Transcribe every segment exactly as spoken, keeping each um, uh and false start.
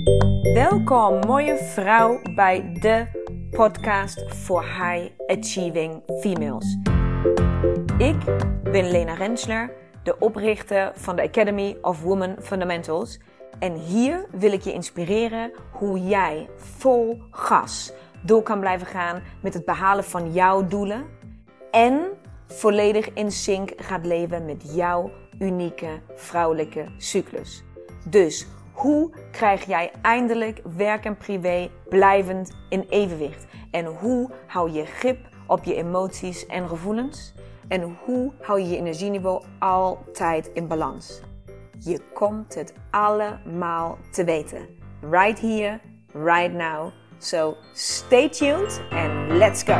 Welkom mooie vrouw bij de podcast voor High Achieving Females. Ik ben Lena Rensler, de oprichter van de Academy of Women Fundamentals. En hier wil ik je inspireren hoe jij vol gas door kan blijven gaan met het behalen van jouw doelen. En volledig in sync gaat leven met jouw unieke vrouwelijke cyclus. Dus hoe krijg jij eindelijk werk en privé blijvend in evenwicht? En hoe hou je grip op je emoties en gevoelens? En hoe hou je je energieniveau altijd in balans? Je komt het allemaal te weten. Right here, right now. So stay tuned and let's go.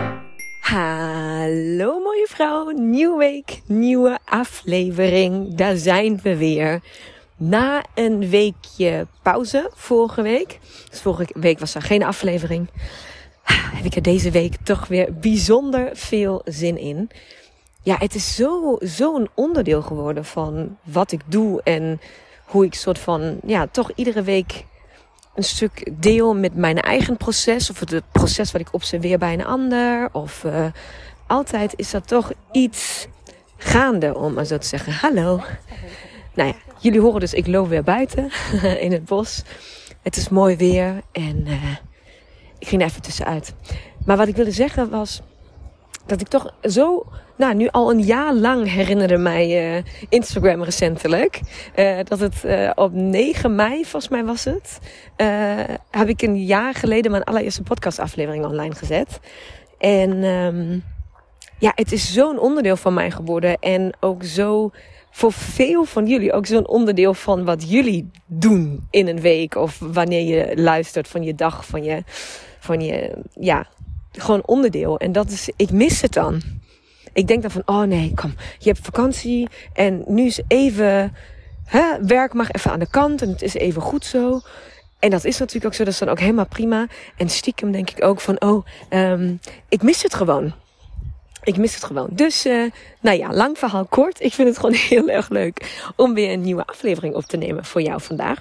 Hallo mooie vrouw, nieuwe week, nieuwe aflevering. Daar zijn we weer. Na een weekje pauze vorige week, dus vorige week was er geen aflevering, heb ik er deze week toch weer bijzonder veel zin in. Ja, het is zo, zo'n onderdeel geworden van wat ik doe en hoe ik soort van, ja, toch iedere week een stuk deel met mijn eigen proces. Of het proces wat ik observeer bij een ander. Of uh, altijd is dat toch iets gaande, om maar zo te zeggen. Hallo. Nou ja, jullie horen dus, ik loop weer buiten in het bos. Het is mooi weer en uh, ik ging er even tussenuit. Maar wat ik wilde zeggen was dat ik toch zo, nou nu al een jaar lang herinnerde mij uh, Instagram recentelijk. Uh, dat het uh, op negen mei, volgens mij was het, uh, heb ik een jaar geleden mijn allereerste podcastaflevering online gezet. En um, ja, het is zo'n onderdeel van mij geworden en ook zo voor veel van jullie ook zo'n onderdeel van wat jullie doen in een week. Of wanneer je luistert van je dag, van je, van je, ja, gewoon onderdeel. En dat is, ik mis het dan. Ik denk dan van, oh nee, kom, je hebt vakantie en nu is even, hè, werk mag even aan de kant en het is even goed zo. En dat is natuurlijk ook zo, dat is dan ook helemaal prima. En stiekem denk ik ook van, oh, um, ik mis het gewoon. Ik mis het gewoon. Dus, uh, nou ja, lang verhaal kort. Ik vind het gewoon heel erg leuk om weer een nieuwe aflevering op te nemen voor jou vandaag.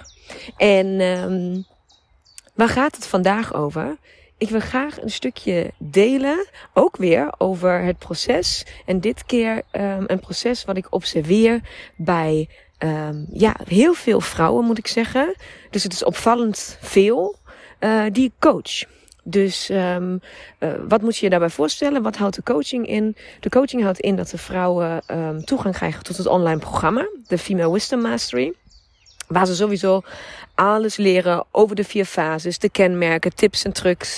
En um, waar gaat het vandaag over? Ik wil graag een stukje delen, ook weer over het proces. En dit keer um, een proces wat ik observeer bij um, ja, heel veel vrouwen, moet ik zeggen. Dus het is opvallend veel uh, die ik coach. Dus um, uh, wat moet je je daarbij voorstellen? Wat houdt de coaching in? De coaching houdt in dat de vrouwen um, toegang krijgen tot het online programma, de Female Wisdom Mastery. Waar ze sowieso alles leren over de vier fases, de kenmerken, tips en trucs.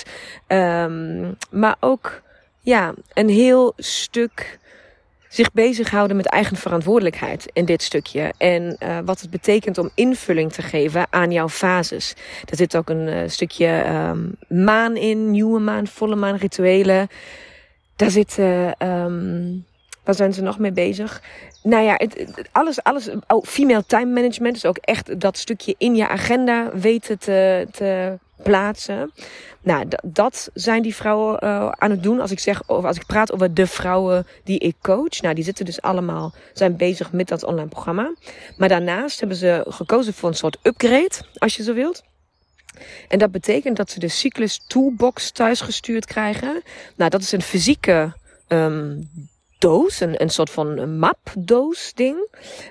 Um, maar ook ja, een heel stuk zich bezighouden met eigen verantwoordelijkheid in dit stukje. En uh, wat het betekent om invulling te geven aan jouw fases. Er zit ook een uh, stukje um, maan in, nieuwe maan, volle maan, rituelen. Daar zit, uh, um, waar zijn ze nog mee bezig? Nou ja, het, het, alles, alles, oh, female time management. Dus ook echt dat stukje in je agenda weten te, te plaatsen. Nou, d- dat zijn die vrouwen uh, aan het doen. Als ik zeg, of als ik praat over de vrouwen die ik coach. Nou, die zitten dus allemaal, zijn bezig met dat online programma. Maar daarnaast hebben ze gekozen voor een soort upgrade, als je zo wilt. En dat betekent dat ze de Cyclus Toolbox thuisgestuurd krijgen. Nou, dat is een fysieke um, doos, een, een soort van mapdoos ding.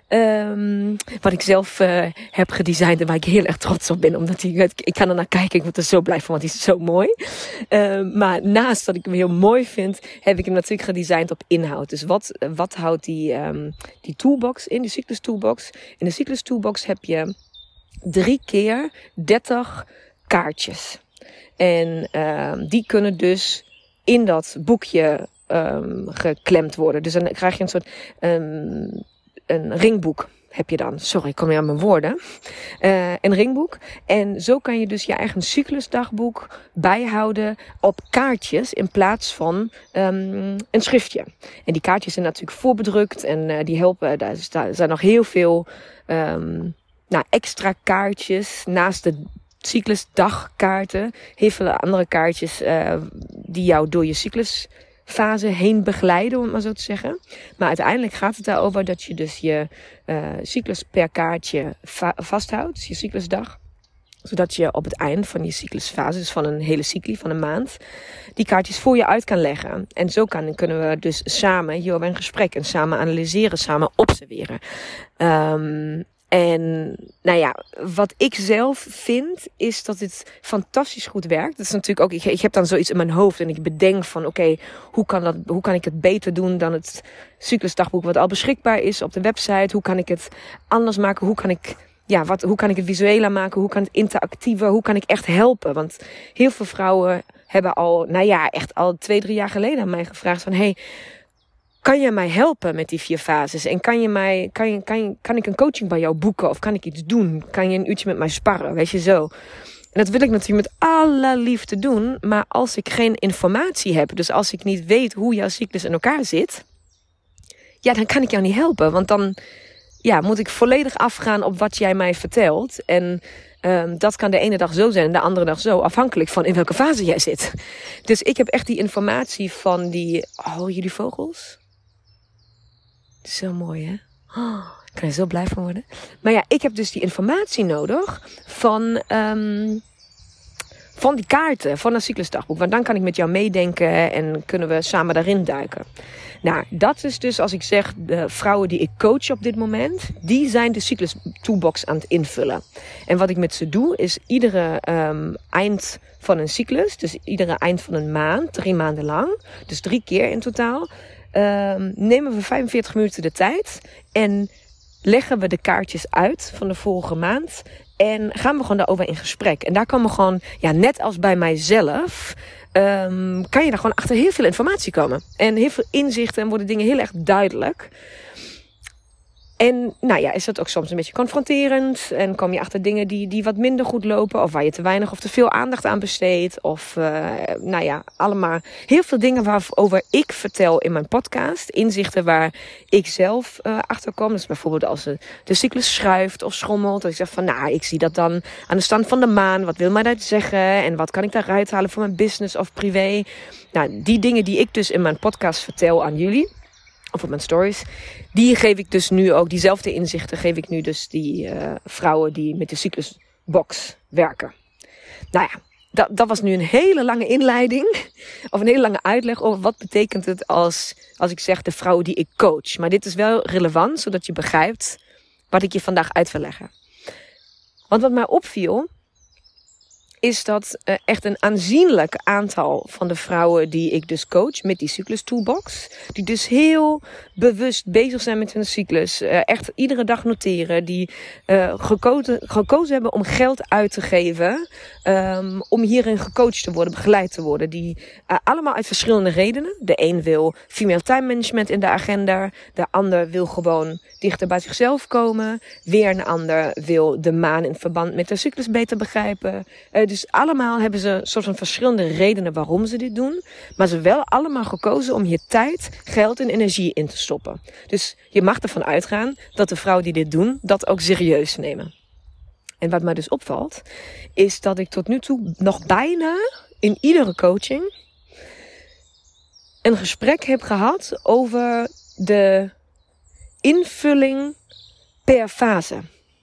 Um, wat ik zelf uh, heb gedesigned en waar ik heel erg trots op ben. Omdat die, ik kan er naar kijken, ik word er zo blij van, want die is zo mooi. Uh, maar naast dat ik hem heel mooi vind, heb ik hem natuurlijk gedesigned op inhoud. Dus wat, wat houdt die, um, die toolbox in, die Cyclus Toolbox? In de Cyclus Toolbox heb je drie keer dertig kaartjes. En uh, die kunnen dus in dat boekje Um, geklemd worden. Dus dan krijg je een soort um, een ringboek heb je dan. Sorry, ik kom weer aan mijn woorden. Uh, een ringboek. En zo kan je dus je eigen cyclusdagboek bijhouden op kaartjes in plaats van um, een schriftje. En die kaartjes zijn natuurlijk voorbedrukt en uh, die helpen. Daar zijn nog heel veel um, nou, extra kaartjes naast de cyclusdagkaarten. Heel veel andere kaartjes uh, die jou door je cyclus fase heen begeleiden, om het maar zo te zeggen. Maar uiteindelijk gaat het daarover dat je dus je uh, cyclus per kaartje va- vasthoudt, dus je cyclusdag. Zodat je op het eind van je cyclusfase, dus van een hele cycli, van een maand, die kaartjes voor je uit kan leggen. En zo kan, kunnen we dus samen hierover in gesprek en samen analyseren, samen observeren. Um, En nou ja, wat ik zelf vind, is dat het fantastisch goed werkt. Dat is natuurlijk ook, ik, ik heb dan zoiets in mijn hoofd en ik bedenk van oké, okay, hoe kan dat, hoe kan ik het beter doen dan het cyclusdagboek wat al beschikbaar is op de website? Hoe kan ik het anders maken? Hoe kan ik, ja, wat, hoe kan ik het visueler maken? Hoe kan het interactiever? Hoe kan ik echt helpen? Want heel veel vrouwen hebben al, nou ja, echt al twee, drie jaar geleden aan mij gevraagd van hey, kan je mij helpen met die vier fases? En kan je mij, kan je, kan je, kan ik een coaching bij jou boeken? Of kan ik iets doen? Kan je een uurtje met mij sparren? Weet je zo. En dat wil ik natuurlijk met alle liefde doen. Maar als ik geen informatie heb, dus als ik niet weet hoe jouw cyclus in elkaar zit, ja, dan kan ik jou niet helpen. Want dan, ja, moet ik volledig afgaan op wat jij mij vertelt. En um, dat kan de ene dag zo zijn en de andere dag zo. Afhankelijk van in welke fase jij zit. Dus ik heb echt die informatie van die, oh, jullie vogels? Zo mooi, hè? Oh, ik kan er zo blij van worden. Maar ja, ik heb dus die informatie nodig van, um, van die kaarten, van een cyclusdagboek. Want dan kan ik met jou meedenken en kunnen we samen daarin duiken. Nou, dat is dus als ik zeg, de vrouwen die ik coach op dit moment, die zijn de cyclus toolbox aan het invullen. En wat ik met ze doe, is iedere um, eind van een cyclus, dus iedere eind van een maand, drie maanden lang, dus drie keer in totaal, Um, nemen we vijfenveertig minuten de tijd en leggen we de kaartjes uit van de vorige maand en gaan we gewoon daarover in gesprek. En daar komen gewoon, ja, net als bij mijzelf, um, kan je daar gewoon achter heel veel informatie komen. En heel veel inzichten en worden dingen heel erg duidelijk. En nou ja, is dat ook soms een beetje confronterend. En kom je achter dingen die, die wat minder goed lopen. Of waar je te weinig of te veel aandacht aan besteedt. Of uh, nou ja, allemaal heel veel dingen waarover ik vertel in mijn podcast. Inzichten waar ik zelf uh, achter kom. Dus bijvoorbeeld als de, de cyclus schuift of schommelt. Dat ik zeg van nou, ik zie dat dan aan de stand van de maan. Wat wil mij dat zeggen? En wat kan ik daaruit halen voor mijn business of privé? Nou, die dingen die ik dus in mijn podcast vertel aan jullie. Of op mijn stories. Die geef ik dus nu ook, diezelfde inzichten geef ik nu dus die uh, vrouwen die met de cyclusbox werken. Nou ja, dat, dat was nu een hele lange inleiding. Of een hele lange uitleg over wat betekent het als, als ik zeg de vrouwen die ik coach. Maar dit is wel relevant, zodat je begrijpt wat ik je vandaag uit wil leggen. Want wat mij opviel, is dat uh, echt een aanzienlijk aantal van de vrouwen die ik dus coach met die cyclus toolbox, die dus heel bewust bezig zijn met hun cyclus, uh, echt iedere dag noteren, die uh, gekozen, gekozen hebben om geld uit te geven, um, om hierin gecoacht te worden, begeleid te worden, die uh, allemaal uit verschillende redenen. De een wil female time management in de agenda, de ander wil gewoon dichter bij zichzelf komen, weer een ander wil de maan in verband met de cyclus beter begrijpen. Uh, Dus allemaal hebben ze een soort van verschillende redenen waarom ze dit doen. Maar ze hebben wel allemaal gekozen om hier tijd, geld en energie in te stoppen. Dus je mag ervan uitgaan dat de vrouwen die dit doen, dat ook serieus nemen. En wat mij dus opvalt, is dat ik tot nu toe nog bijna in iedere coaching een gesprek heb gehad over de invulling per fase.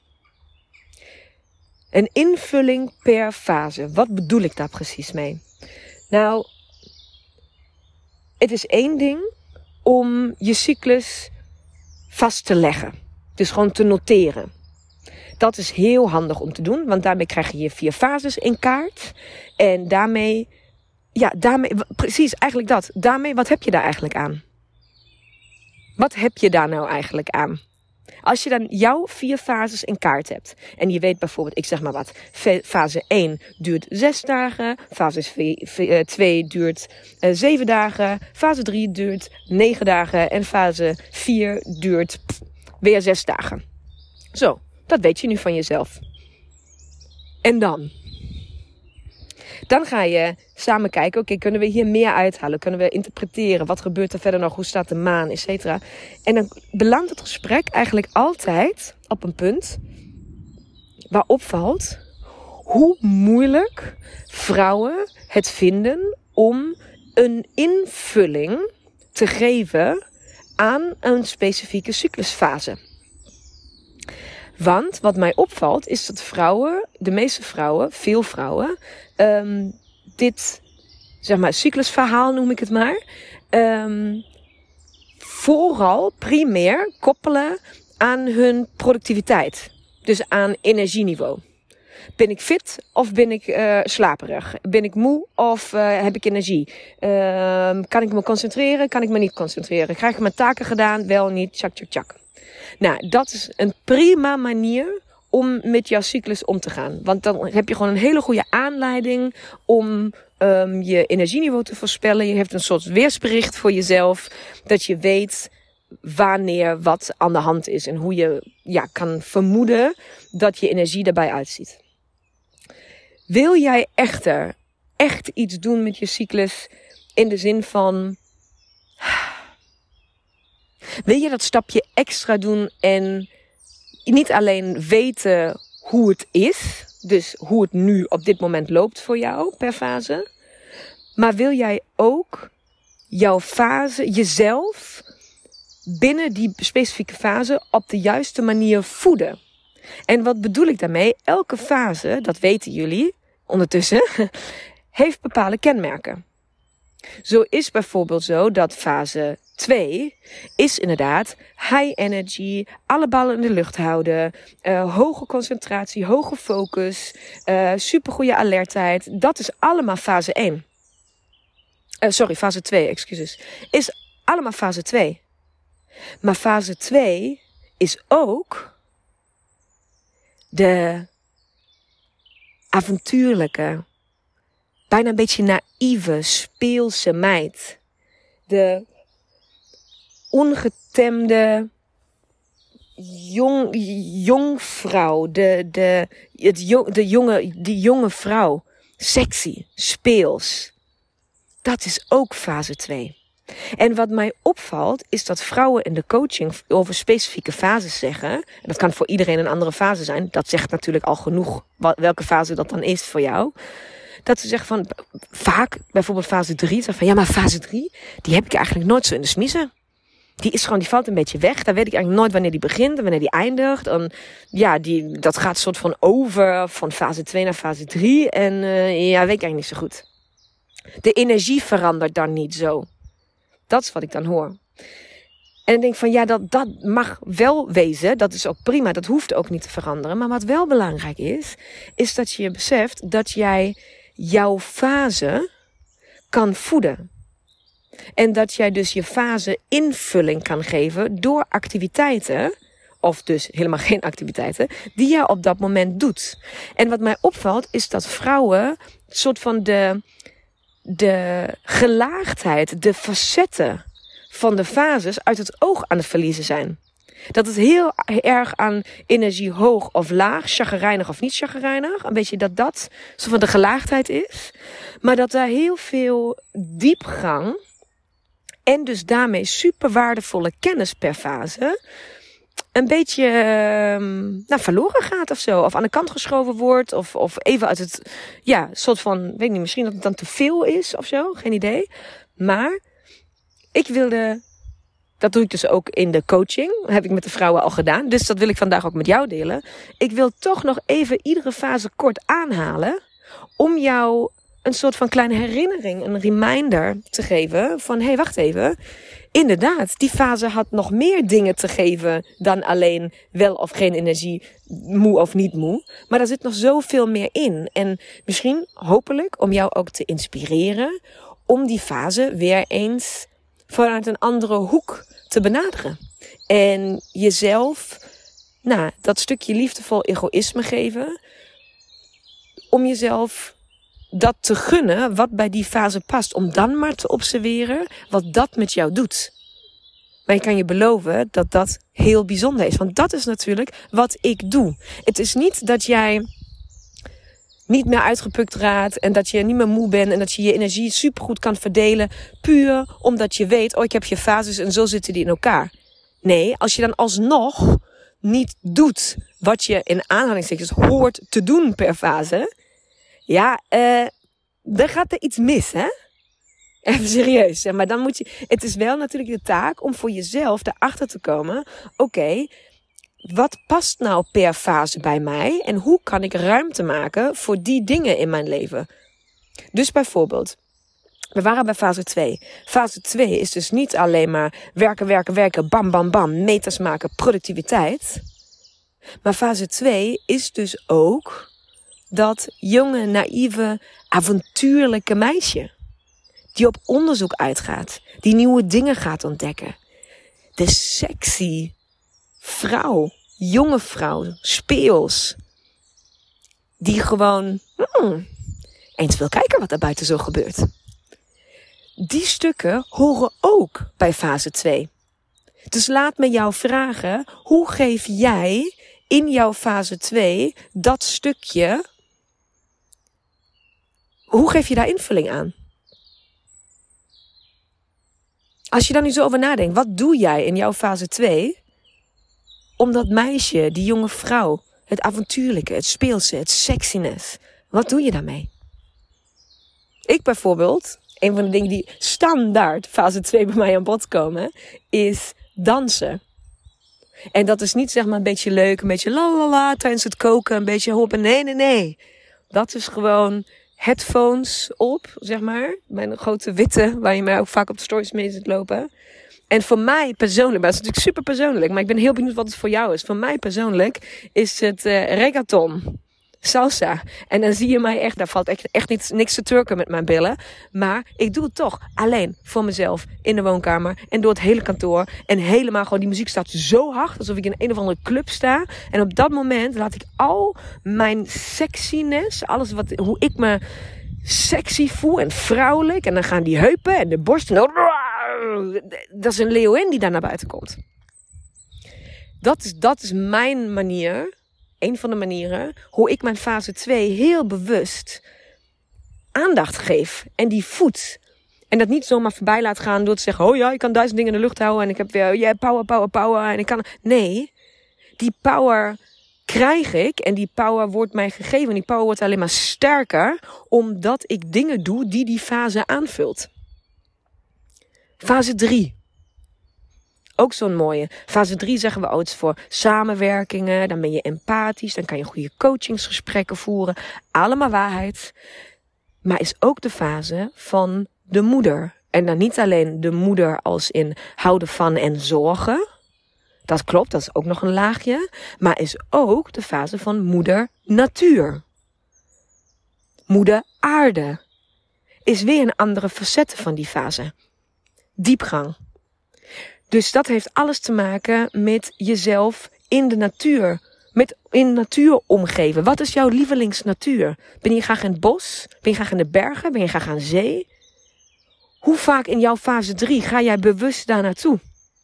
Een invulling per fase. Wat bedoel ik daar precies mee? Nou, het is één ding om je cyclus vast te leggen. Dus gewoon te noteren. Dat is heel handig om te doen, want daarmee krijg je je vier fases in kaart. En daarmee, ja, daarmee, precies, eigenlijk dat. Daarmee, wat heb je daar eigenlijk aan? Wat heb je daar nou eigenlijk aan? Als je dan jouw vier fases in kaart hebt. En je weet bijvoorbeeld, ik zeg maar wat. Fase één duurt zes dagen. Fase twee duurt uh, zeven dagen. Fase drie duurt negen dagen. En fase vier duurt pff, weer zes dagen. Zo, dat weet je nu van jezelf. En dan? Dan ga je samen kijken, oké, okay, kunnen we hier meer uithalen? Kunnen we interpreteren? Wat gebeurt er verder nog? Hoe staat de maan? Et cetera. En dan belandt het gesprek eigenlijk altijd op een punt waar opvalt hoe moeilijk vrouwen het vinden om een invulling te geven aan een specifieke cyclusfase. Want wat mij opvalt is dat vrouwen, de meeste vrouwen, veel vrouwen, um, dit, zeg maar, cyclusverhaal noem ik het maar, um, vooral primair koppelen aan hun productiviteit. Dus aan energieniveau. Ben ik fit of ben ik uh, slaperig? Ben ik moe of uh, heb ik energie? Uh, kan ik me concentreren? Kan ik me niet concentreren? Krijg ik mijn taken gedaan? Wel, niet? Tjak, tjak, tjak. Nou, dat is een prima manier om met jouw cyclus om te gaan. Want dan heb je gewoon een hele goede aanleiding om um, je energieniveau te voorspellen. Je hebt een soort weersbericht voor jezelf. Dat je weet wanneer wat aan de hand is. En hoe je ja, kan vermoeden dat je energie erbij uitziet. Wil jij echter echt iets doen met je cyclus in de zin van... Wil je dat stapje extra doen en niet alleen weten hoe het is, dus hoe het nu op dit moment loopt voor jou per fase, maar wil jij ook jouw fase, jezelf binnen die specifieke fase op de juiste manier voeden? En wat bedoel ik daarmee? Elke fase, dat weten jullie ondertussen, heeft bepaalde kenmerken. Zo is bijvoorbeeld zo dat fase twee is inderdaad high energy, alle ballen in de lucht houden, uh, hoge concentratie, hoge focus, uh, supergoeie alertheid. Dat is allemaal fase één. Uh, sorry, fase twee, excuses. Is allemaal fase twee. Maar fase twee is ook de avontuurlijke, bijna een beetje naïeve, speelse meid. De ongetemde jong, jongvrouw. De, de, het jong, de jonge, die jonge vrouw. Sexy, speels. Dat is ook fase twee. En wat mij opvalt is dat vrouwen in de coaching over specifieke fases zeggen. En dat kan voor iedereen een andere fase zijn. Dat zegt natuurlijk al genoeg welke fase dat dan is voor jou. Dat ze zeggen van, vaak, bijvoorbeeld fase drie, zeggen van ja, maar fase drie, die heb ik eigenlijk nooit zo in de smiezen. Die is gewoon, die valt een beetje weg. Daar weet ik eigenlijk nooit wanneer die begint en wanneer die eindigt. En ja, die, dat gaat soort van over van fase twee naar fase drie. En uh, ja, weet ik eigenlijk niet zo goed. De energie verandert dan niet zo. Dat is wat ik dan hoor. En ik denk van ja, dat, dat mag wel wezen. Dat is ook prima. Dat hoeft ook niet te veranderen. Maar wat wel belangrijk is, is dat je beseft dat jij jouw fase kan voeden. En dat jij dus je fase invulling kan geven door activiteiten, of dus helemaal geen activiteiten, die jij op dat moment doet. En wat mij opvalt is dat vrouwen een soort van de, de gelaagdheid, de facetten van de fases uit het oog aan het verliezen zijn. Dat het heel erg aan energie hoog of laag, chagrijnig of niet chagrijnig, een beetje dat dat soort van de gelaagdheid is. Maar dat daar heel veel diepgang en dus daarmee super waardevolle kennis per fase een beetje nou, verloren gaat of zo. Of aan de kant geschoven wordt. Of, of even uit het, ja, soort van, weet ik niet, misschien dat het dan te veel is of zo. Geen idee. Maar ik wilde, dat doe ik dus ook in de coaching. Dat heb ik met de vrouwen al gedaan. Dus dat wil ik vandaag ook met jou delen. Ik wil toch nog even iedere fase kort aanhalen. Om jou een soort van kleine herinnering, een reminder te geven van, hé, hey, wacht even. Inderdaad, die fase had nog meer dingen te geven dan alleen wel of geen energie, moe of niet moe. Maar daar zit nog zoveel meer in. En misschien, hopelijk, om jou ook te inspireren om die fase weer eens vanuit een andere hoek te benaderen. En jezelf, nou, dat stukje liefdevol egoïsme geven om jezelf dat te gunnen wat bij die fase past. Om dan maar te observeren wat dat met jou doet. Maar ik kan je beloven dat dat heel bijzonder is. Want dat is natuurlijk wat ik doe. Het is niet dat jij niet meer uitgepukt raakt en dat je niet meer moe bent en dat je je energie supergoed kan verdelen. Puur omdat je weet, oh, ik heb je fases en zo zitten die in elkaar. Nee, als je dan alsnog niet doet wat je in aanhalingstekens hoort te doen per fase, ja, uh, dan gaat er iets mis, hè? Even serieus, zeg maar dan moet je. Het is wel natuurlijk de taak om voor jezelf erachter te komen. Oké, okay, wat past nou per fase bij mij? En hoe kan ik ruimte maken voor die dingen in mijn leven? Dus bijvoorbeeld, we waren bij fase twee. Fase twee is dus niet alleen maar werken, werken, werken, bam, bam, bam, meters maken, productiviteit. Maar fase twee is dus ook dat jonge, naïeve, avontuurlijke meisje. Die op onderzoek uitgaat. Die nieuwe dingen gaat ontdekken. De sexy vrouw, jonge vrouw, speels. Die gewoon hmm, eens wil kijken wat er buiten zo gebeurt. Die stukken horen ook bij fase twee. Dus laat me jou vragen, hoe geef jij in jouw fase twee dat stukje, hoe geef je daar invulling aan? Als je daar nu zo over nadenkt, wat doe jij in jouw fase twee om dat meisje, die jonge vrouw, het avontuurlijke, het speelse, het sexiness, wat doe je daarmee? Ik bijvoorbeeld, een van de dingen die standaard fase twee bij mij aan bod komen, is dansen. En dat is niet zeg maar een beetje leuk, een beetje lalala tijdens het koken, een beetje hoppen. Nee, nee, nee. Dat is gewoon headphones op, zeg maar. Mijn grote witte, waar je mij ook vaak op de stories mee zit lopen. En voor mij persoonlijk, maar dat is natuurlijk super persoonlijk, maar ik ben heel benieuwd wat het voor jou is. Voor mij persoonlijk is het uh, reggaeton. Salsa. En dan zie je mij echt, daar valt echt, echt niets, niks te turken met mijn billen. Maar ik doe het toch alleen voor mezelf in de woonkamer en door het hele kantoor. En helemaal gewoon, die muziek staat zo hard, alsof ik in een of andere club sta. En op dat moment laat ik al mijn sexiness, alles wat, hoe ik me sexy voel en vrouwelijk. En dan gaan die heupen en de borsten. Dat is een leeuwin die daar naar buiten komt. Dat is, dat is mijn manier. Een van de manieren hoe ik mijn fase twee heel bewust aandacht geef. En die voed. En dat niet zomaar voorbij laat gaan door te zeggen, oh ja, ik kan duizend dingen in de lucht houden. En ik heb weer, yeah, power, power, power. En ik kan, nee, die power krijg ik. En die power wordt mij gegeven. En die power wordt alleen maar sterker. Omdat ik dingen doe die die fase aanvult. Fase drie. Ook zo'n mooie. Fase drie zeggen we ooit voor samenwerkingen. Dan ben je empathisch. Dan kan je goede coachingsgesprekken voeren. Allemaal waarheid. Maar is ook de fase van de moeder. En dan niet alleen de moeder als in houden van en zorgen. Dat klopt, dat is ook nog een laagje. Maar is ook de fase van moeder natuur. Moeder aarde. Is weer een andere facette van die fase. Diepgang. Dus dat heeft alles te maken met jezelf in de natuur. Met in natuur omgeven. Wat is jouw lievelingsnatuur? Ben je graag in het bos? Ben je graag in de bergen? Ben je graag aan zee? Hoe vaak in jouw fase drie ga jij bewust daar naartoe?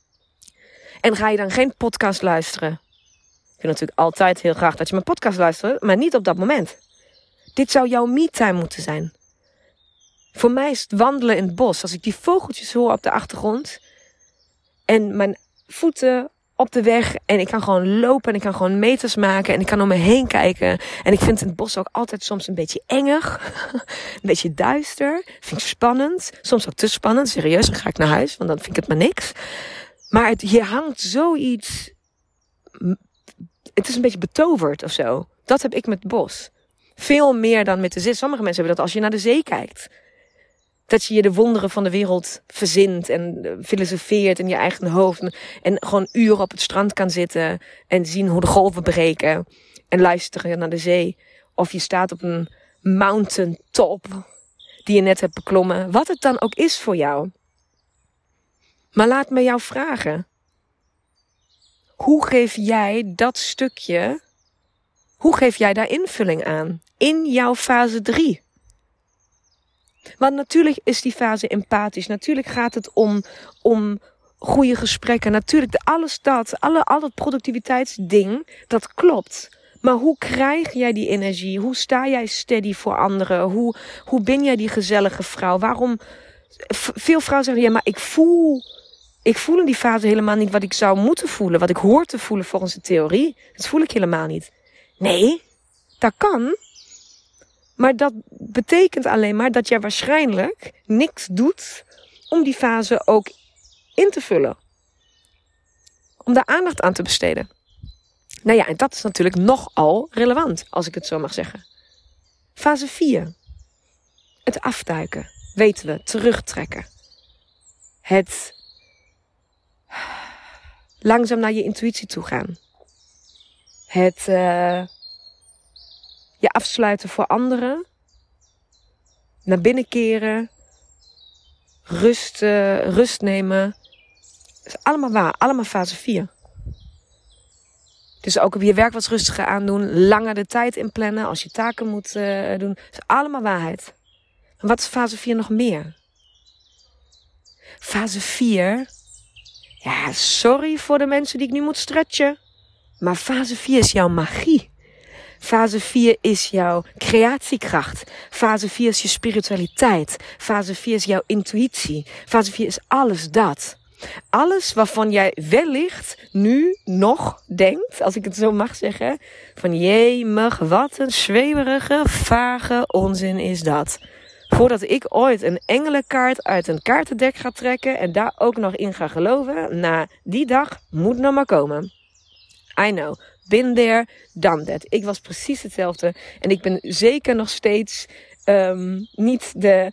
En ga je dan geen podcast luisteren? Ik vind natuurlijk altijd heel graag dat je mijn podcast luistert, maar niet op dat moment. Dit zou jouw me-time moeten zijn. Voor mij is het wandelen in het bos. Als ik die vogeltjes hoor op de achtergrond en mijn voeten op de weg en ik kan gewoon lopen en ik kan gewoon meters maken en ik kan om me heen kijken. En ik vind het bos ook altijd soms een beetje enger, een beetje duister. Vind ik spannend, soms ook te spannend. Serieus, dan ga ik naar huis, want dan vind ik het maar niks. Maar het, hier hangt zoiets, het is een beetje betoverd of zo. Dat heb ik met het bos. Veel meer dan met de zee. Sommige mensen hebben dat als je naar de zee kijkt. Dat je je de wonderen van de wereld verzint en filosofeert in je eigen hoofd. En gewoon uren op het strand kan zitten en zien hoe de golven breken. En luisteren naar de zee. Of je staat op een mountaintop die je net hebt beklommen. Wat het dan ook is voor jou. Maar laat me jou vragen. Hoe geef jij dat stukje, hoe geef jij daar invulling aan? In jouw fase drie. Want natuurlijk is die fase empathisch. Natuurlijk gaat het om, om goede gesprekken. Natuurlijk, de, alles dat, alle, al dat productiviteitsding, dat klopt. Maar hoe krijg jij die energie? Hoe sta jij steady voor anderen? Hoe, hoe ben jij die gezellige vrouw? Waarom? Veel vrouwen zeggen, ja, maar ik voel, ik voel in die fase helemaal niet wat ik zou moeten voelen. Wat ik hoor te voelen volgens de theorie. Dat voel ik helemaal niet. Nee, dat kan. Maar dat betekent alleen maar dat jij waarschijnlijk niks doet om die fase ook in te vullen. Om daar aandacht aan te besteden. Nou ja, en dat is natuurlijk nogal relevant, als ik het zo mag zeggen. Fase vier. Het afduiken. Weten we, terugtrekken. Het langzaam naar je intuïtie toe gaan. Het uh, je afsluiten voor anderen. Naar binnen keren. Rust, uh, rust nemen. Dat is allemaal waar. Allemaal fase vier. Dus ook op je werk wat rustiger aandoen. Langer de tijd inplannen als je taken moet uh, doen. Dat is allemaal waarheid. Maar wat is fase vier nog meer? Fase vier. Ja, sorry voor de mensen die ik nu moet stretchen. Maar fase vier is jouw magie. Fase vier is jouw creatiekracht. Fase vier is je spiritualiteit. Fase vier is jouw intuïtie. Fase vier is alles dat. Alles waarvan jij wellicht nu nog denkt, als ik het zo mag zeggen, van jemig, wat een zweverige, vage onzin is dat. Voordat ik ooit een engelenkaart uit een kaartendek ga trekken en daar ook nog in ga geloven, na die dag moet nog maar komen. I know, been there, done that. Ik was precies hetzelfde en ik ben zeker nog steeds um, niet de...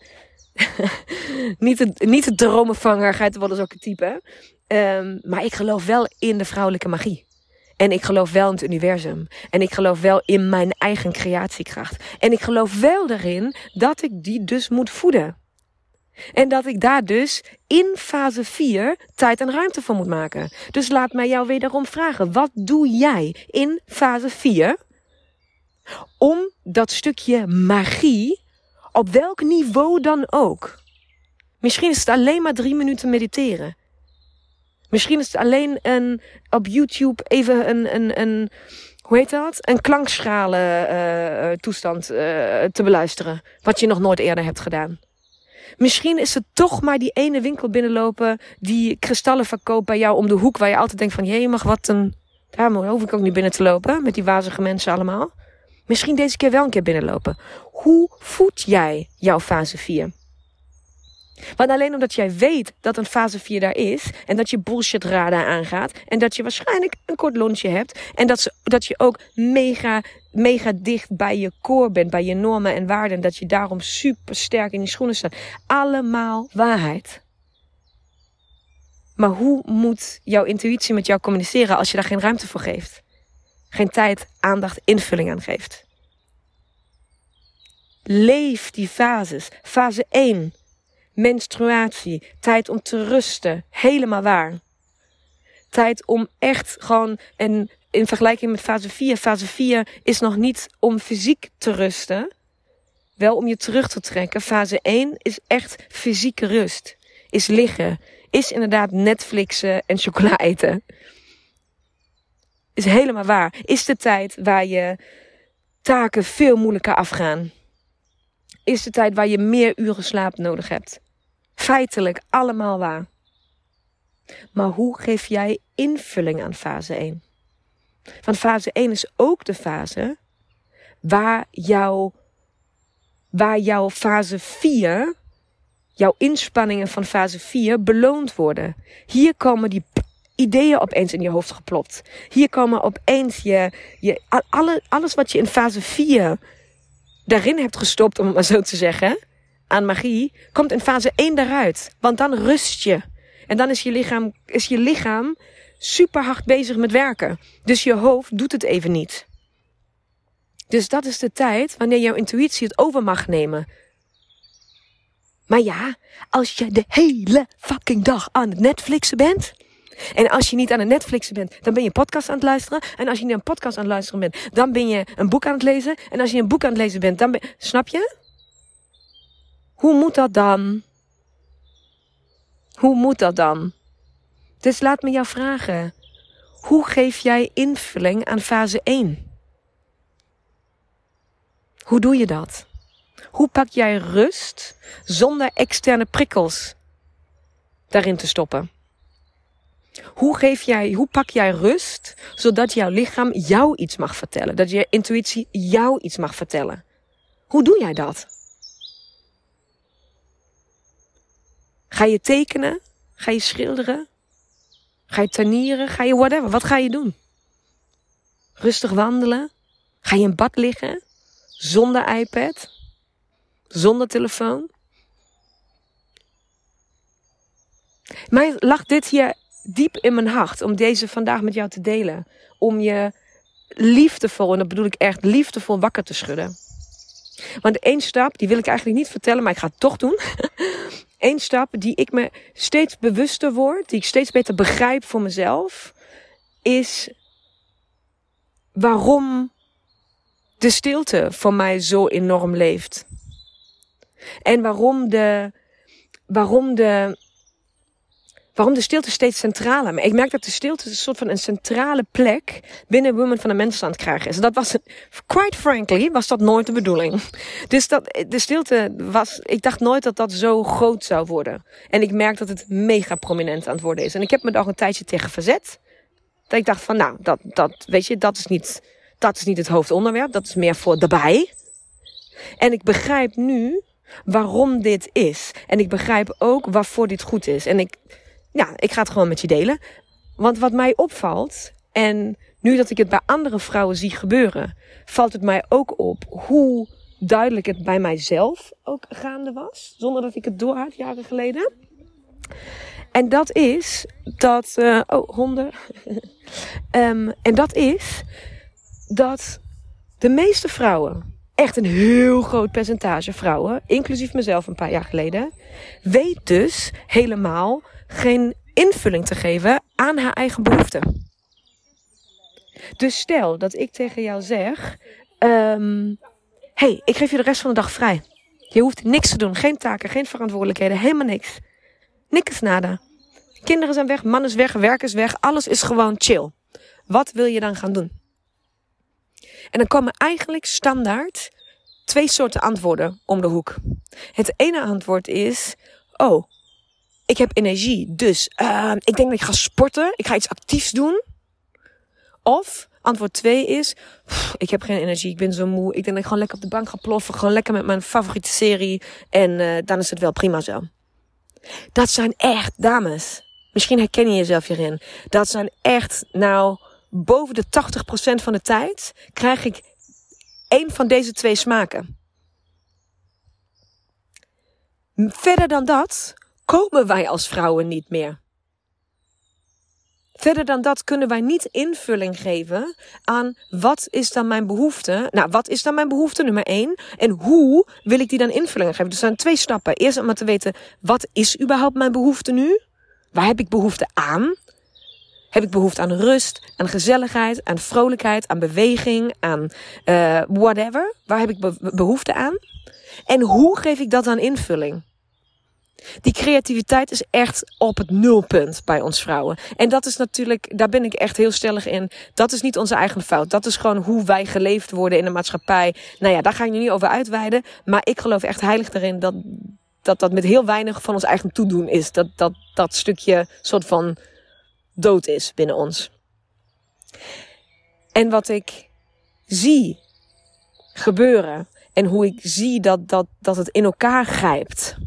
niet, de, niet de dromenvanger, gaat wel eens ook een type. Um, maar ik geloof wel in de vrouwelijke magie. En ik geloof wel in het universum. En ik geloof wel in mijn eigen creatiekracht. En ik geloof wel daarin dat ik die dus moet voeden. En dat ik daar dus in fase vier tijd en ruimte voor moet maken. Dus laat mij jou wederom vragen. Wat doe jij in fase vier om dat stukje magie, op welk niveau dan ook? Misschien is het alleen maar drie minuten mediteren. Misschien is het alleen een, op YouTube even een, een, een hoe heet dat? Een klankschalen uh, toestand uh, te beluisteren. Wat je nog nooit eerder hebt gedaan. Misschien is het toch maar die ene winkel binnenlopen die kristallen verkoopt bij jou om de hoek, waar je altijd denkt van, jee, mag wat een... Daar hoef ik ook niet binnen te lopen, met die wazige mensen allemaal. Misschien deze keer wel een keer binnenlopen. Hoe voed jij jouw fase vier? Want alleen omdat jij weet dat een fase vier daar is, en dat je bullshit radar aangaat, en dat je waarschijnlijk een kort lontje hebt, en dat, ze, dat je ook mega, mega dicht bij je core bent, bij je normen en waarden, en dat je daarom super sterk in die schoenen staat. Allemaal waarheid. Maar hoe moet jouw intuïtie met jou communiceren als je daar geen ruimte voor geeft? Geen tijd, aandacht, invulling aan geeft. Leef die fases. Fase één. Menstruatie. Tijd om te rusten. Helemaal waar. Tijd om echt gewoon, en in vergelijking met fase vier. Fase vier is nog niet om fysiek te rusten. Wel om je terug te trekken. Fase één is echt fysieke rust. Is liggen. Is inderdaad Netflixen en chocola eten. Is helemaal waar. Is de tijd waar je taken veel moeilijker afgaan. Is de tijd waar je meer uren slaap nodig hebt. Feitelijk allemaal waar. Maar hoe geef jij invulling aan fase één? Want fase één is ook de fase waar jouw, waar jouw fase vier, jouw inspanningen van fase vier beloond worden. Hier komen die ideeën opeens in je hoofd geplopt. Hier komen opeens je, je alle, alles wat je in fase vier daarin hebt gestopt, om het maar zo te zeggen, aan magie, komt in fase één daaruit. Want dan rust je. En dan is je lichaam, is je lichaam super hard bezig met werken. Dus je hoofd doet het even niet. Dus dat is de tijd wanneer jouw intuïtie het over mag nemen. Maar ja, als je de hele fucking dag aan het Netflixen bent, en als je niet aan het Netflixen bent, dan ben je een podcast aan het luisteren. En als je niet een podcast aan het luisteren bent, dan ben je een boek aan het lezen. En als je een boek aan het lezen bent, dan ben je... Snap je? Hoe moet dat dan? Hoe moet dat dan? Dus laat me jou vragen. Hoe geef jij invulling aan fase één? Hoe doe je dat? Hoe pak jij rust zonder externe prikkels daarin te stoppen? Hoe geef jij, hoe pak jij rust zodat jouw lichaam jou iets mag vertellen? Dat je intuïtie jou iets mag vertellen? Hoe doe jij dat? Ga je tekenen? Ga je schilderen? Ga je tuinieren? Ga je whatever? Wat ga je doen? Rustig wandelen? Ga je in bad liggen? Zonder iPad? Zonder telefoon? Mij lag dit hier diep in mijn hart om deze vandaag met jou te delen. Om je liefdevol, en dat bedoel ik echt liefdevol, wakker te schudden. Want één stap, die wil ik eigenlijk niet vertellen, maar ik ga het toch doen. Eén stap die ik me steeds bewuster word, die ik steeds beter begrijp voor mezelf, is waarom de stilte voor mij zo enorm leeft. En waarom de, waarom de, waarom de stilte steeds centraler. Maar ik merk dat de stilte een soort van een centrale plek binnen Women van de Mens aan het krijgen is. En dat was, quite frankly, was dat nooit de bedoeling. Dus dat, de stilte was, ik dacht nooit dat dat zo groot zou worden. En ik merk dat het mega prominent aan het worden is. En ik heb me daar een tijdje tegen verzet. Dat ik dacht van, nou, dat, dat, weet je, dat is niet, dat is niet het hoofdonderwerp. Dat is meer voor daarbij. En ik begrijp nu waarom dit is. En ik begrijp ook waarvoor dit goed is. En ik, ja, ik ga het gewoon met je delen. Want wat mij opvalt, en nu dat ik het bij andere vrouwen zie gebeuren, valt het mij ook op hoe duidelijk het bij mijzelf ook gaande was. Zonder dat ik het doorhad jaren geleden. En dat is dat, uh, oh, honden. um, en dat is dat de meeste vrouwen, echt een heel groot percentage vrouwen, inclusief mezelf een paar jaar geleden, weet dus helemaal geen invulling te geven aan haar eigen behoeften. Dus stel dat ik tegen jou zeg, um, hey, ik geef je de rest van de dag vrij. Je hoeft niks te doen, geen taken, geen verantwoordelijkheden, helemaal niks. Niks nada. Kinderen zijn weg, man is weg, werk is weg, alles is gewoon chill. Wat wil je dan gaan doen? En dan komen eigenlijk standaard twee soorten antwoorden om de hoek. Het ene antwoord is, oh, ik heb energie, dus uh, ik denk dat ik ga sporten, ik ga iets actiefs doen. Of antwoord twee is, pff, ik heb geen energie, ik ben zo moe, ik denk dat ik gewoon lekker op de bank ga ploffen, gewoon lekker met mijn favoriete serie en uh, dan is het wel prima zo. Dat zijn echt, dames, misschien herken je jezelf hierin, dat zijn echt, nou, boven de tachtig procent van de tijd krijg ik één van deze twee smaken. Verder dan dat komen wij als vrouwen niet meer. Verder dan dat kunnen wij niet invulling geven aan wat is dan mijn behoefte. Nou, wat is dan mijn behoefte, nummer één. En hoe wil ik die dan invulling geven? Dus er zijn twee stappen. Eerst om maar te weten, wat is überhaupt mijn behoefte nu? Waar heb ik behoefte aan? Heb ik behoefte aan rust, aan gezelligheid, aan vrolijkheid, aan beweging, aan uh, whatever? Waar heb ik be- behoefte aan? En hoe geef ik dat dan invulling? Die creativiteit is echt op het nulpunt bij ons vrouwen. En dat is natuurlijk, daar ben ik echt heel stellig in. Dat is niet onze eigen fout. Dat is gewoon hoe wij geleefd worden in de maatschappij. Nou ja, daar ga ik nu niet over uitweiden. Maar ik geloof echt heilig erin dat dat, dat met heel weinig van ons eigen toedoen is. Dat dat, dat stukje soort van dood is binnen ons. En wat ik zie gebeuren en hoe ik zie dat, dat, dat het in elkaar grijpt,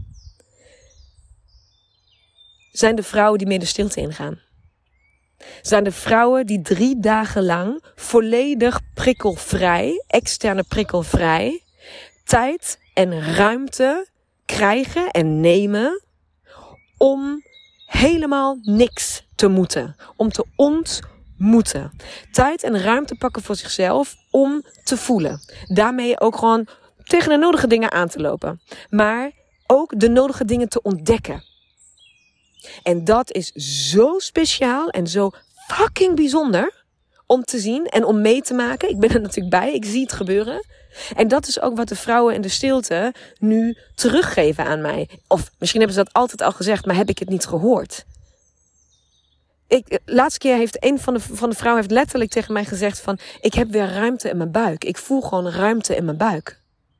zijn de vrouwen die meer de stilte ingaan. Zijn de vrouwen die drie dagen lang volledig prikkelvrij, externe prikkelvrij, tijd en ruimte krijgen en nemen om helemaal niks te moeten. Om te ontmoeten. Tijd en ruimte pakken voor zichzelf om te voelen. Daarmee ook gewoon tegen de nodige dingen aan te lopen. Maar ook de nodige dingen te ontdekken. En dat is zo speciaal en zo fucking bijzonder om te zien en om mee te maken. Ik ben er natuurlijk bij, ik zie het gebeuren. En dat is ook wat de vrouwen in de stilte nu teruggeven aan mij. Of misschien hebben ze dat altijd al gezegd, maar heb ik het niet gehoord. Ik, laatste keer heeft een van de, van de vrouwen heeft letterlijk tegen mij gezegd van, ik heb weer ruimte in mijn buik. Ik voel gewoon ruimte in mijn buik.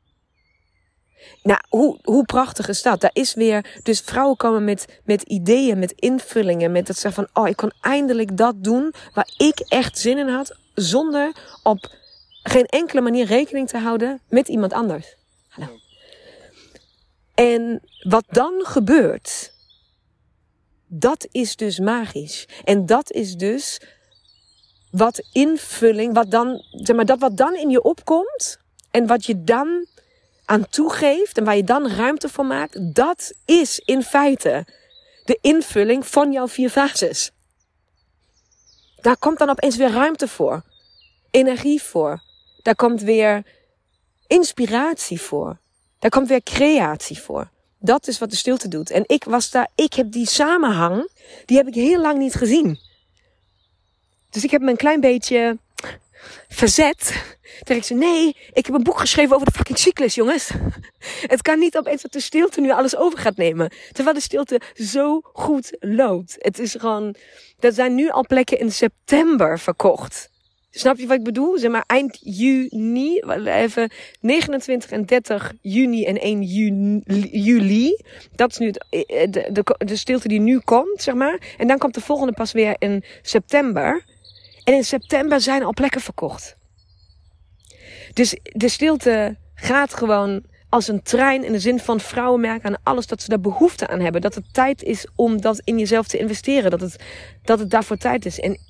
Nou, hoe, hoe prachtig is dat? Daar is weer, dus vrouwen komen met, met ideeën, met invullingen, met dat ze van, oh, ik kon eindelijk dat doen waar ik echt zin in had, zonder op geen enkele manier rekening te houden met iemand anders. Hallo. En wat dan gebeurt, dat is dus magisch. En dat is dus wat invulling, wat dan, zeg maar, dat wat dan in je opkomt en wat je dan aan toegeeft en waar je dan ruimte voor maakt, dat is in feite de invulling van jouw vier fases. Daar komt dan opeens weer ruimte voor, energie voor, daar komt weer inspiratie voor, daar komt weer creatie voor. Dat is wat de stilte doet. En ik was daar, ik heb die samenhang, die heb ik heel lang niet gezien. Dus ik heb me een klein beetje verzet. Toen ik zei, nee, ik heb een boek geschreven over de fucking cyclus, jongens. Het kan niet opeens dat de stilte nu alles over gaat nemen. Terwijl de stilte zo goed loopt. Het is gewoon, er zijn nu al plekken in september verkocht. Snap je wat ik bedoel? Zeg maar eind juni, even negenentwintig en dertig juni en één juli. Dat is nu het, de, de, de stilte die nu komt, zeg maar. En dan komt de volgende pas weer in september. En in september zijn al plekken verkocht. Dus de stilte gaat gewoon als een trein in de zin van vrouwen merken aan alles dat ze daar behoefte aan hebben. Dat het tijd is om dat in jezelf te investeren. Dat het, dat het daarvoor tijd is. En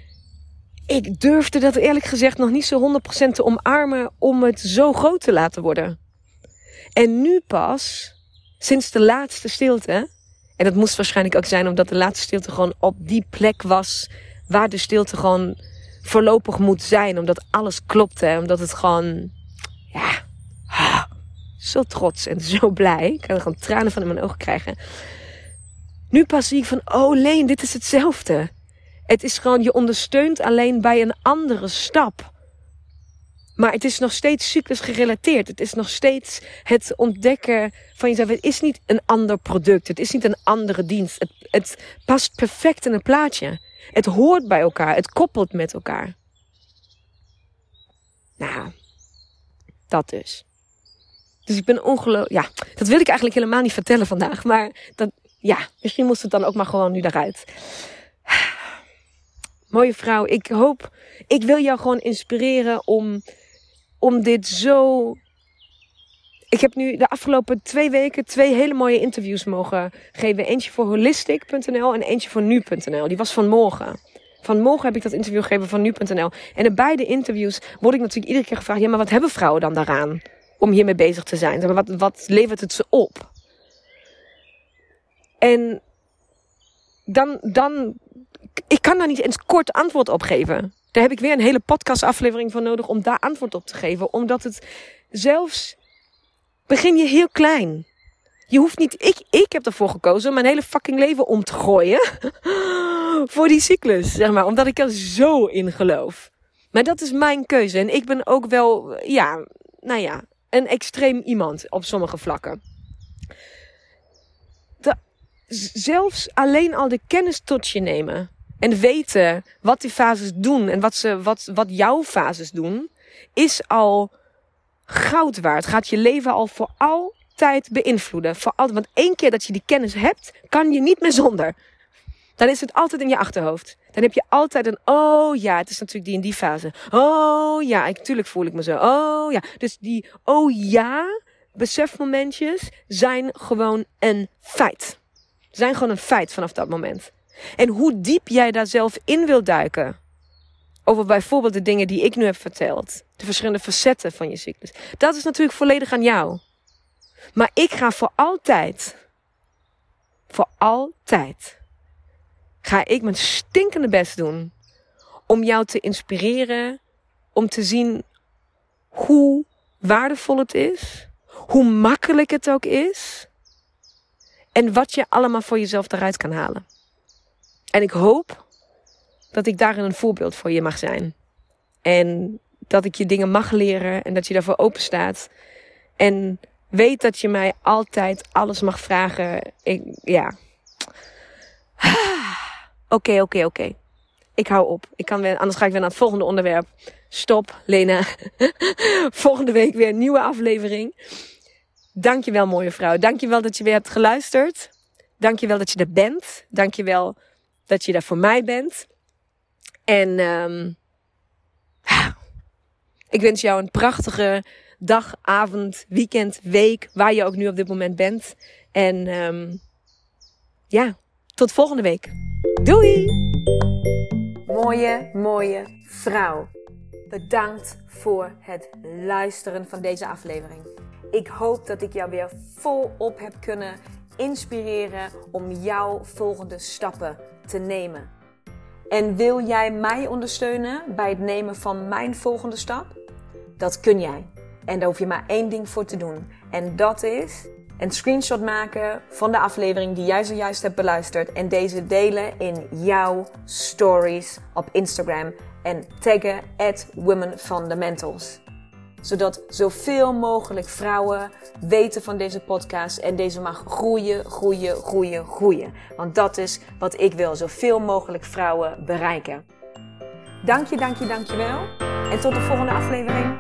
ik durfde dat eerlijk gezegd nog niet zo honderd procent te omarmen om het zo groot te laten worden. En nu pas, sinds de laatste stilte, en dat moest waarschijnlijk ook zijn omdat de laatste stilte gewoon op die plek was waar de stilte gewoon voorlopig moet zijn. Omdat alles klopte. Omdat het gewoon, ja, zo trots en zo blij. Ik kan er gewoon tranen van in mijn ogen krijgen. Nu pas zie ik van, oh Leen, dit is hetzelfde. Het is gewoon, je ondersteunt alleen bij een andere stap. Maar het is nog steeds cyclus gerelateerd. Het is nog steeds het ontdekken van jezelf. Het is niet een ander product. Het is niet een andere dienst. Het, het past perfect in het plaatje. Het hoort bij elkaar. Het koppelt met elkaar. Nou, dat dus. Dus ik ben ongelooflijk. Ja, dat wil ik eigenlijk helemaal niet vertellen vandaag. Maar dat, ja, misschien moest het dan ook maar gewoon nu daaruit. Mooie vrouw, ik hoop, ik wil jou gewoon inspireren om, om dit zo. Ik heb nu de afgelopen twee weken twee hele mooie interviews mogen geven. Eentje voor holistic punt n l en eentje voor nu punt n l. Die was vanmorgen. Vanmorgen heb ik dat interview gegeven van nu punt n l. En in beide interviews word ik natuurlijk iedere keer gevraagd, ja, maar wat hebben vrouwen dan daaraan om hiermee bezig te zijn? Wat, wat levert het ze op? En dan, dan, ik kan daar niet eens kort antwoord op geven. Daar heb ik weer een hele podcastaflevering voor nodig om daar antwoord op te geven. Omdat het zelfs, begin je heel klein. Je hoeft niet, ik, ik heb ervoor gekozen om mijn hele fucking leven om te gooien. Voor die cyclus, zeg maar. Omdat ik er zo in geloof. Maar dat is mijn keuze. En ik ben ook wel, ja, nou ja, een extreem iemand op sommige vlakken. De, zelfs alleen al de kennis tot je nemen. En weten wat die fases doen. En wat, ze, wat, wat jouw fases doen. Is al goud waard. Gaat je leven al voor altijd beïnvloeden. Voor altijd, want één keer dat je die kennis hebt, kan je niet meer zonder. Dan is het altijd in je achterhoofd. Dan heb je altijd een, oh ja, het is natuurlijk die in die fase. Oh ja, ik, tuurlijk voel ik me zo. Oh ja. Dus die, oh ja, besefmomentjes zijn gewoon een feit. Zijn gewoon een feit vanaf dat moment. En hoe diep jij daar zelf in wil duiken. Over bijvoorbeeld de dingen die ik nu heb verteld. De verschillende facetten van je cyclus. Dat is natuurlijk volledig aan jou. Maar ik ga voor altijd. Voor altijd. Ga ik mijn stinkende best doen. Om jou te inspireren. Om te zien hoe waardevol het is. Hoe makkelijk het ook is. En wat je allemaal voor jezelf eruit kan halen. En ik hoop dat ik daarin een voorbeeld voor je mag zijn. En dat ik je dingen mag leren. En dat je daarvoor open staat. En weet dat je mij altijd alles mag vragen. Ik, ja. Oké, oké, oké. Ik hou op. Ik kan weer, anders ga ik weer naar het volgende onderwerp. Stop, Lena. Volgende week weer een nieuwe aflevering. Dankjewel, mooie vrouw. Dankjewel dat je weer hebt geluisterd. Dankjewel dat je er bent. Dankjewel dat je daar voor mij bent. En um, ik wens jou een prachtige dag, avond, weekend, week. Waar je ook nu op dit moment bent. En um, ja, tot volgende week. Doei! mooie, mooie vrouw. Bedankt voor het luisteren van deze aflevering. Ik hoop dat ik jou weer volop heb kunnen inspireren om jouw volgende stappen te nemen. En wil jij mij ondersteunen bij het nemen van mijn volgende stap? Dat kun jij. En daar hoef je maar één ding voor te doen. En dat is een screenshot maken van de aflevering die jij zojuist hebt beluisterd. En deze delen in jouw stories op Instagram. En taggen at Women Fundamentals. Zodat zoveel mogelijk vrouwen weten van deze podcast. En deze mag groeien, groeien, groeien, groeien. Want dat is wat ik wil. Zoveel mogelijk vrouwen bereiken. Dank je, dank je, dank je wel. En tot de volgende aflevering.